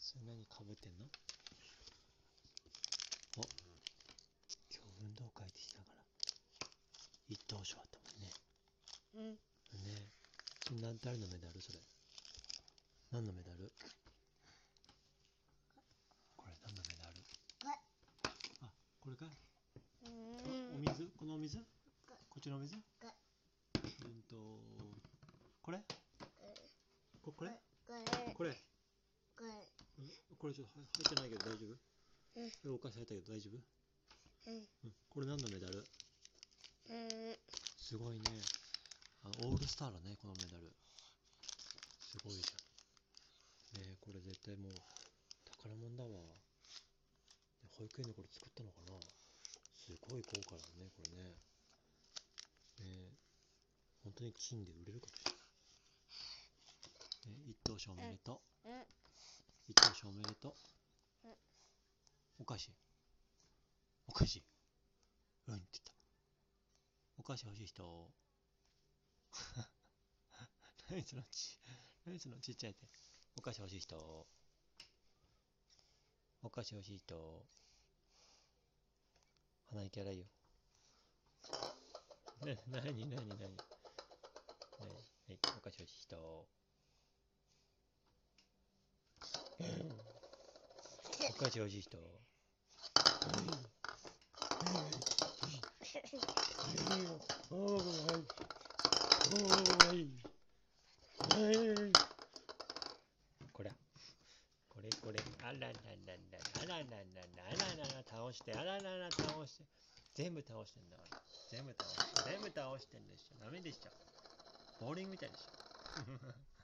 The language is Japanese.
それ何かぶってんの？お、今日運動会ってしたから一等賞あったもんね。ね。それ誰のメダル？それ何のメダル？これ何のメダル？あ、これかい？お水？このお水？こっちのお水？これ？これ？これ？これちょっと入ってないけど大丈夫？これお菓子入ったけど大丈夫？これ何のメダル？すごいね。オールスターだね、このメダル。すごいじゃん。ねえ、これ絶対もう宝物だわ。保育園でこれ作ったのかな？すごい高価だね、これね。ねえ、本当に金で売れるかもしれない。ね、一等賞おめでとう。一等賞おめでとう。お菓子？お菓子？うんって言った。お菓子欲しい人？何そのちっちゃい手。お菓子欲しい人？お菓子欲しい人？鼻息荒いよ。なにはい、お菓子欲しい人？お菓子欲しい人？これ、あらららら、あらららら、あららら、倒して、あららら、倒して、全部倒してんだから。全部倒してんでしょ。ダメでしょ。ボーリングみたいでしょ。